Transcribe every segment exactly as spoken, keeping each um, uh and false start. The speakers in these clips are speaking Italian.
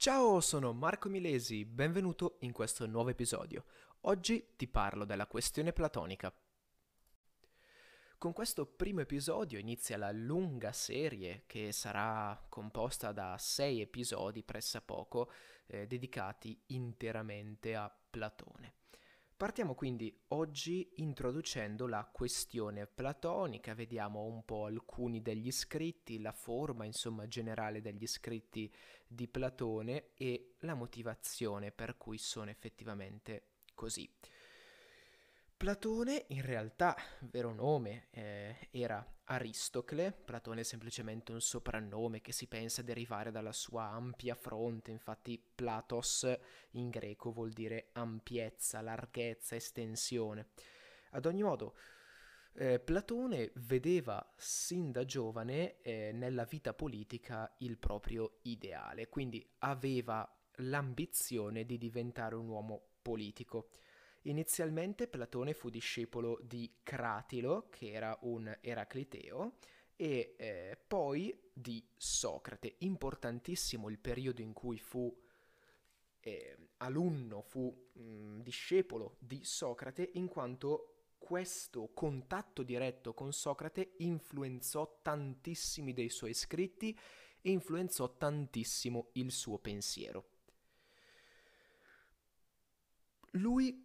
Ciao, sono Marco Milesi, benvenuto in questo nuovo episodio. Oggi ti parlo della questione platonica. Con questo primo episodio inizia la lunga serie che sarà composta da sei episodi pressappoco eh, dedicati interamente a Platone. Partiamo quindi oggi introducendo la questione platonica, vediamo un po' alcuni degli scritti, la forma insomma generale degli scritti di Platone e la motivazione per cui sono effettivamente così. Platone in realtà, vero nome, eh, era Aristocle. Platone è semplicemente un soprannome che si pensa derivare dalla sua ampia fronte, infatti Platos in greco vuol dire ampiezza, larghezza, estensione. Ad ogni modo, eh, Platone vedeva sin da giovane eh, nella vita politica il proprio ideale, quindi aveva l'ambizione di diventare un uomo politico. Inizialmente Platone fu discepolo di Cratilo, che era un eracliteo, e eh, poi di Socrate. Importantissimo il periodo in cui fu eh, alunno, fu mh, discepolo di Socrate, in quanto questo contatto diretto con Socrate influenzò tantissimi dei suoi scritti e influenzò tantissimo il suo pensiero. Lui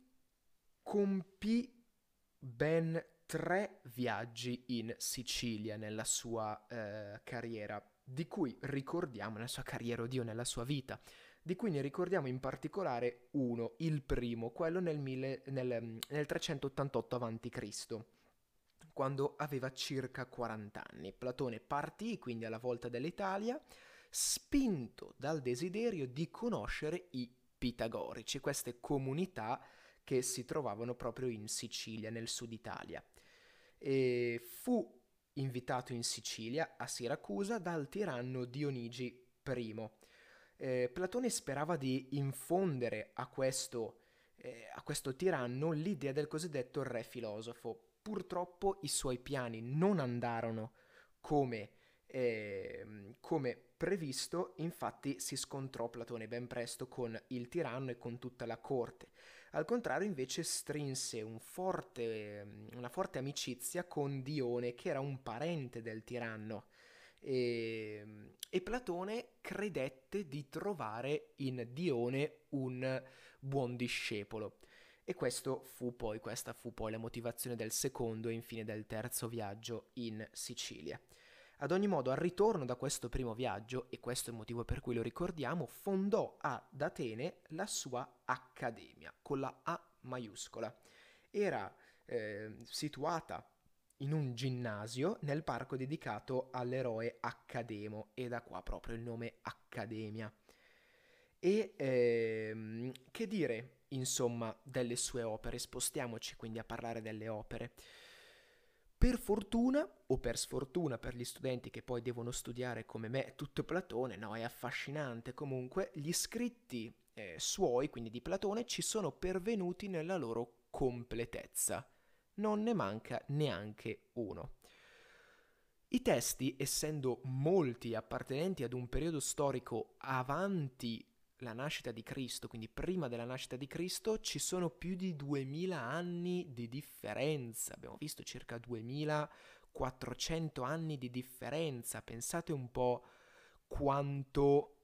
compì ben tre viaggi in Sicilia nella sua eh, carriera, di cui ricordiamo, nella sua carriera, oddio, nella sua vita, di cui ne ricordiamo in particolare uno, il primo, quello nel, mille, nel, nel trecentottantotto avanti Cristo, quando aveva circa quaranta anni. Platone partì quindi alla volta dell'Italia, spinto dal desiderio di conoscere i pitagorici, queste comunità che si trovavano proprio in Sicilia, nel sud Italia. E fu invitato in Sicilia, a Siracusa, dal tiranno Dionigi primo. Eh, Platone sperava di infondere a questo, eh, a questo tiranno l'idea del cosiddetto re filosofo. Purtroppo i suoi piani non andarono come, eh, come previsto, infatti si scontrò Platone ben presto con il tiranno e con tutta la corte. Al contrario, invece, strinse un forte, una forte amicizia con Dione, che era un parente del tiranno. E, e Platone credette di trovare in Dione un buon discepolo. E questo fu poi, questa fu poi la motivazione del secondo e infine del terzo viaggio in Sicilia. Ad ogni modo, al ritorno da questo primo viaggio, e questo è il motivo per cui lo ricordiamo, fondò ad Atene la sua accademia, con la A maiuscola. Era eh, situata in un ginnasio nel parco dedicato all'eroe Accademo, e da qua proprio il nome Accademia. E ehm, che dire, insomma, delle sue opere? Spostiamoci quindi a parlare delle opere. Per fortuna o per sfortuna per gli studenti che poi devono studiare come me tutto Platone, no, è affascinante comunque, gli scritti eh, suoi, quindi di Platone, ci sono pervenuti nella loro completezza. Non ne manca neanche uno. I testi, essendo molti appartenenti ad un periodo storico avanti la nascita di Cristo, quindi prima della nascita di Cristo, ci sono più di duemila anni di differenza. Abbiamo visto circa duemilaquattrocento anni di differenza. Pensate un po' quanto,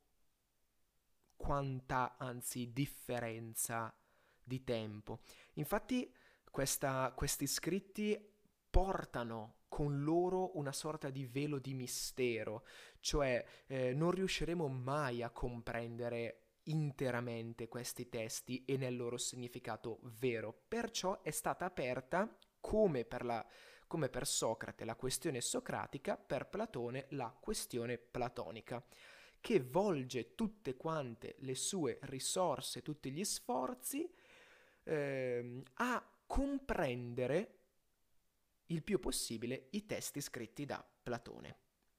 quanta, anzi, differenza di tempo. Infatti, questa, questi scritti portano con loro una sorta di velo di mistero, cioè eh, non riusciremo mai a comprendere interamente questi testi e nel loro significato vero. Perciò è stata aperta, come per, la, come per Socrate, la questione socratica, per Platone la questione platonica, che volge tutte quante le sue risorse, tutti gli sforzi ehm, a comprendere il più possibile i testi scritti da Platone.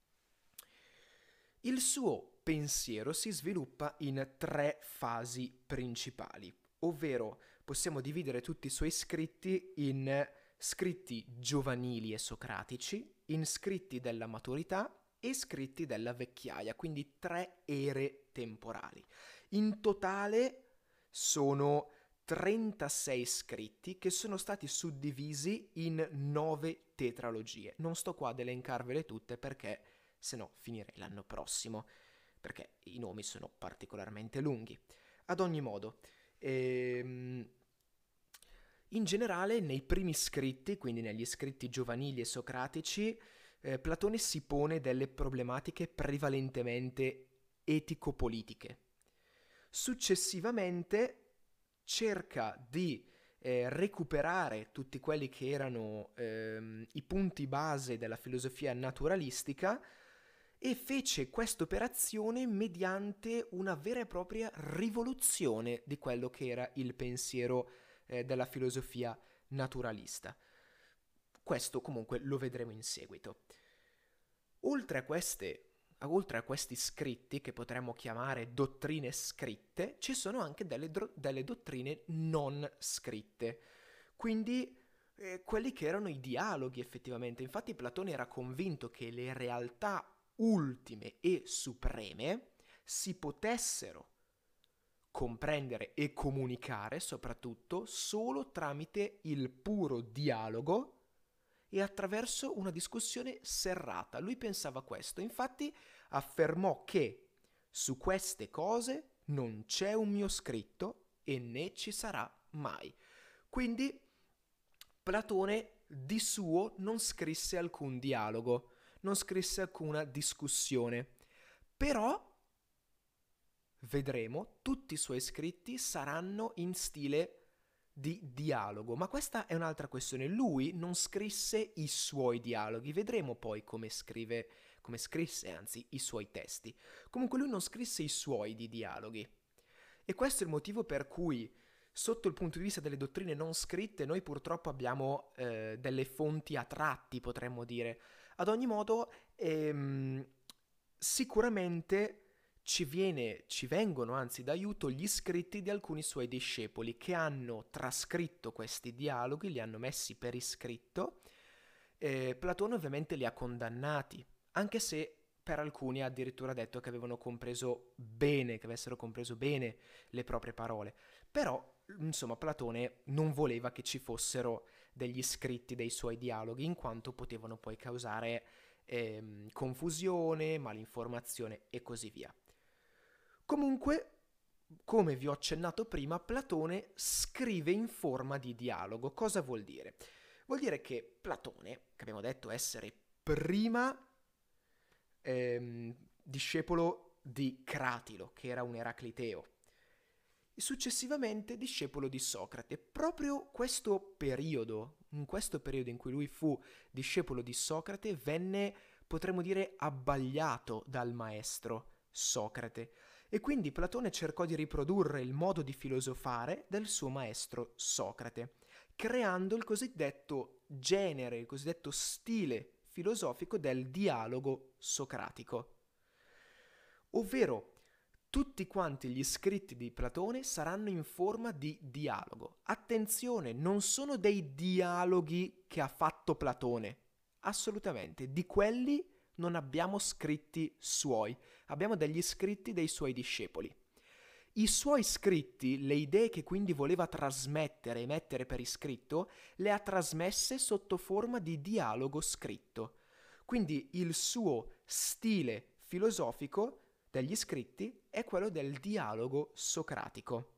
Il suo pensiero si sviluppa in tre fasi principali, ovvero possiamo dividere tutti i suoi scritti in scritti giovanili e socratici, in scritti della maturità e scritti della vecchiaia, quindi tre ere temporali. In totale sono trentasei scritti che sono stati suddivisi in nove tetralogie. Non sto qua ad elencarvele tutte perché se no finirei l'anno prossimo, perché i nomi sono particolarmente lunghi. Ad ogni modo, ehm, in generale nei primi scritti, quindi negli scritti giovanili e socratici, eh, Platone si pone delle problematiche prevalentemente etico-politiche. Successivamente cerca di eh, recuperare tutti quelli che erano ehm, i punti base della filosofia naturalistica e fece questa operazione mediante una vera e propria rivoluzione di quello che era il pensiero eh, della filosofia naturalista. Questo comunque lo vedremo in seguito. Oltre a queste oltre a questi scritti, che potremmo chiamare dottrine scritte, ci sono anche delle, dro- delle dottrine non scritte, quindi eh, quelli che erano i dialoghi effettivamente. Infatti Platone era convinto che le realtà ultime e supreme si potessero comprendere e comunicare soprattutto solo tramite il puro dialogo e attraverso una discussione serrata. Lui pensava questo, infatti affermò che su queste cose non c'è un mio scritto e né ci sarà mai. Quindi Platone di suo non scrisse alcun dialogo, non scrisse alcuna discussione, però vedremo tutti i suoi scritti saranno in stile di dialogo, ma questa è un'altra questione. Lui non scrisse i suoi dialoghi, vedremo poi come scrive, come scrisse anzi i suoi testi. Comunque lui non scrisse i suoi di dialoghi. E questo è il motivo per cui, sotto il punto di vista delle dottrine non scritte, noi purtroppo abbiamo eh, delle fonti a tratti, potremmo dire. Ad ogni modo, ehm, sicuramente ci, viene, ci vengono anzi d'aiuto gli scritti di alcuni suoi discepoli che hanno trascritto questi dialoghi, li hanno messi per iscritto. Eh, Platone ovviamente li ha condannati, anche se per alcuni ha addirittura detto che avevano compreso bene, che avessero compreso bene le proprie parole. Però, insomma, Platone non voleva che ci fossero degli scritti dei suoi dialoghi, in quanto potevano poi causare ehm, confusione, malinformazione e così via. Comunque, come vi ho accennato prima, Platone scrive in forma di dialogo. Cosa vuol dire? Vuol dire che Platone, che abbiamo detto essere prima ehm, discepolo di Cratilo, che era un eracliteo, e successivamente discepolo di Socrate. Proprio questo periodo, in questo periodo in cui lui fu discepolo di Socrate, venne, potremmo dire, abbagliato dal maestro Socrate. E quindi Platone cercò di riprodurre il modo di filosofare del suo maestro Socrate, creando il cosiddetto genere, il cosiddetto stile filosofico del dialogo socratico. Ovvero, tutti quanti gli scritti di Platone saranno in forma di dialogo. Attenzione, non sono dei dialoghi che ha fatto Platone, assolutamente, di quelli non abbiamo scritti suoi, abbiamo degli scritti dei suoi discepoli. I suoi scritti, le idee che quindi voleva trasmettere e mettere per iscritto, le ha trasmesse sotto forma di dialogo scritto. Quindi il suo stile filosofico degli scritti è quello del dialogo socratico.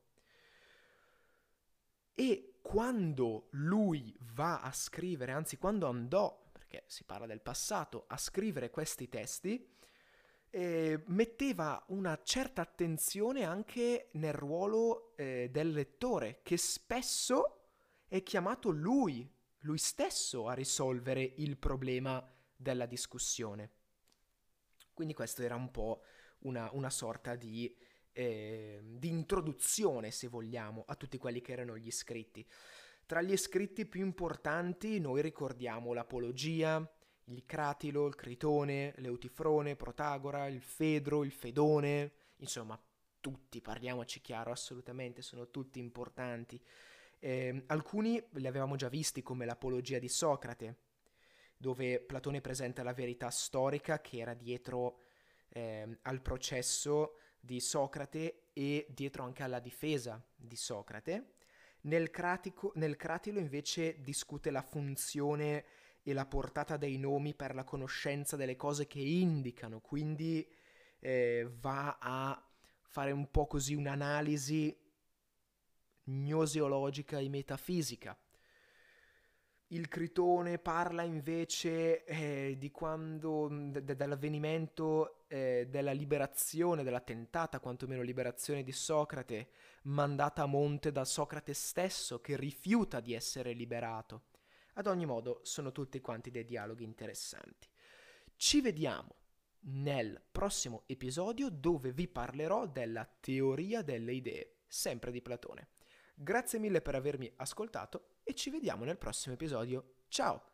E quando lui va a scrivere, anzi quando andò, perché si parla del passato, a scrivere questi testi, eh, metteva una certa attenzione anche nel ruolo eh, del lettore, che spesso è chiamato lui, lui stesso a risolvere il problema della discussione. Quindi questo era un po' una, una sorta di, eh, di introduzione, se vogliamo, a tutti quelli che erano gli scritti. Tra gli scritti più importanti noi ricordiamo l'Apologia, il Cratilo, il Critone, l'Eutifrone, Protagora, il Fedro, il Fedone, insomma tutti, parliamoci chiaro, assolutamente, sono tutti importanti. Eh, alcuni li avevamo già visti come l'Apologia di Socrate, dove Platone presenta la verità storica che era dietro eh, al processo di Socrate e dietro anche alla difesa di Socrate. Nel, Cratico, nel Cratilo invece discute la funzione e la portata dei nomi per la conoscenza delle cose che indicano, quindi eh, va a fare un po' così un'analisi gnoseologica e metafisica. Il Critone parla invece eh, di quando, d- dell'avvenimento eh, della liberazione, della tentata quantomeno liberazione di Socrate, mandata a monte da Socrate stesso, che rifiuta di essere liberato. Ad ogni modo, sono tutti quanti dei dialoghi interessanti. Ci vediamo nel prossimo episodio dove vi parlerò della teoria delle idee, sempre di Platone. Grazie mille per avermi ascoltato e ci vediamo nel prossimo episodio. Ciao!